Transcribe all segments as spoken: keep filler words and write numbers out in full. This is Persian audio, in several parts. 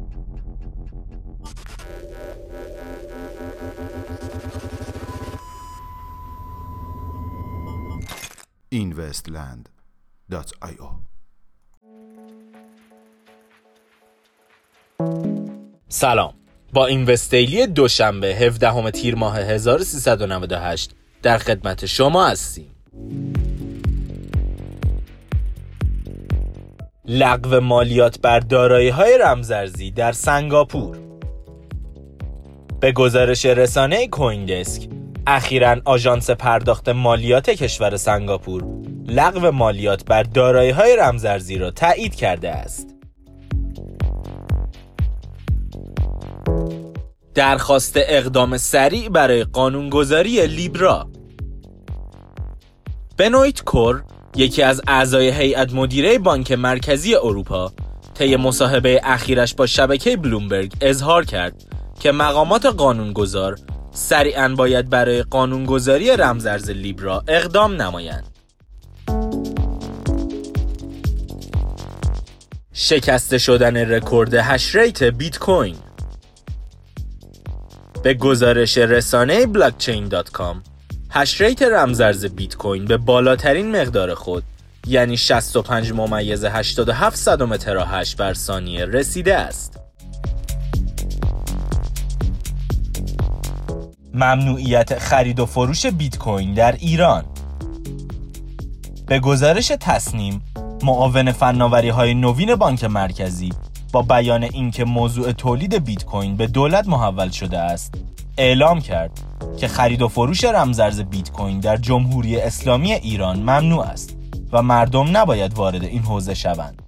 اینوستلند دات آی او. سلام، با اینوست دیلی دوشنبه هفدهم تیر ماه هزار و سیصد و نود و هشت در خدمت شما هستیم. لغو مالیات بر دارایی‌های رمزارزی در سنگاپور. به گزارش رسانه کویندسک، اخیراً آژانس پرداخت مالیات کشور سنگاپور لغو مالیات بر دارایی‌های رمزارزی را تایید کرده است. درخواست اقدام سریع برای قانونگذاری لیبرا. بنویت کور، یکی از اعضای هیئت مدیره بانک مرکزی اروپا، طی مصاحبه اخیرش با شبکه بلومبرگ اظهار کرد که مقامات قانونگذار سریعاً باید برای قانونگذاری رمزارز لیبرا اقدام نمایند. شکسته شدن رکورد هش ریت بیت کوین. به گزارش رسانه بلاکچین دات کام، هش ریت رمزارز بیت کوین به بالاترین مقدار خود، یعنی شصت و پنج ممیز هشتاد و هفت صدم تراهش بر ثانیه رسیده است. ممنوعیت خرید و فروش بیت کوین در ایران. به گزارش تصنیم، معاون فناوری‌های نوین بانک مرکزی با بیان اینکه موضوع تولید بیت کوین به دولت محول شده است، اعلام کرد که خرید و فروش رمزارز بیت کوین در جمهوری اسلامی ایران ممنوع است و مردم نباید وارد این حوزه شوند.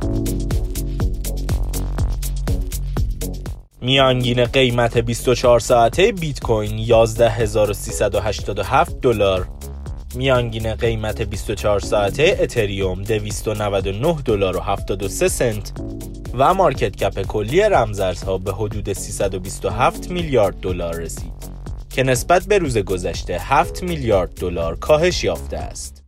میانگین قیمت بیست و چهار ساعته بیت کوین یازده هزار و سیصد و هشتاد و هفت دلار، میانگین قیمت بیست و چهار ساعته اتریوم دویست و نود و نه دلار و هفتاد و سه سنت و مارکت کپ کلی رمزارزها به حدود سیصد و بیست و هفت میلیارد دلار رسید که نسبت به روز گذشته هفت میلیارد دلار کاهش یافته است.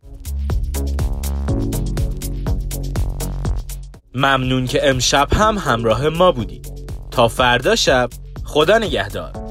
ممنون که امشب هم همراه ما بودید. تا فردا شب، خدا نگهدار.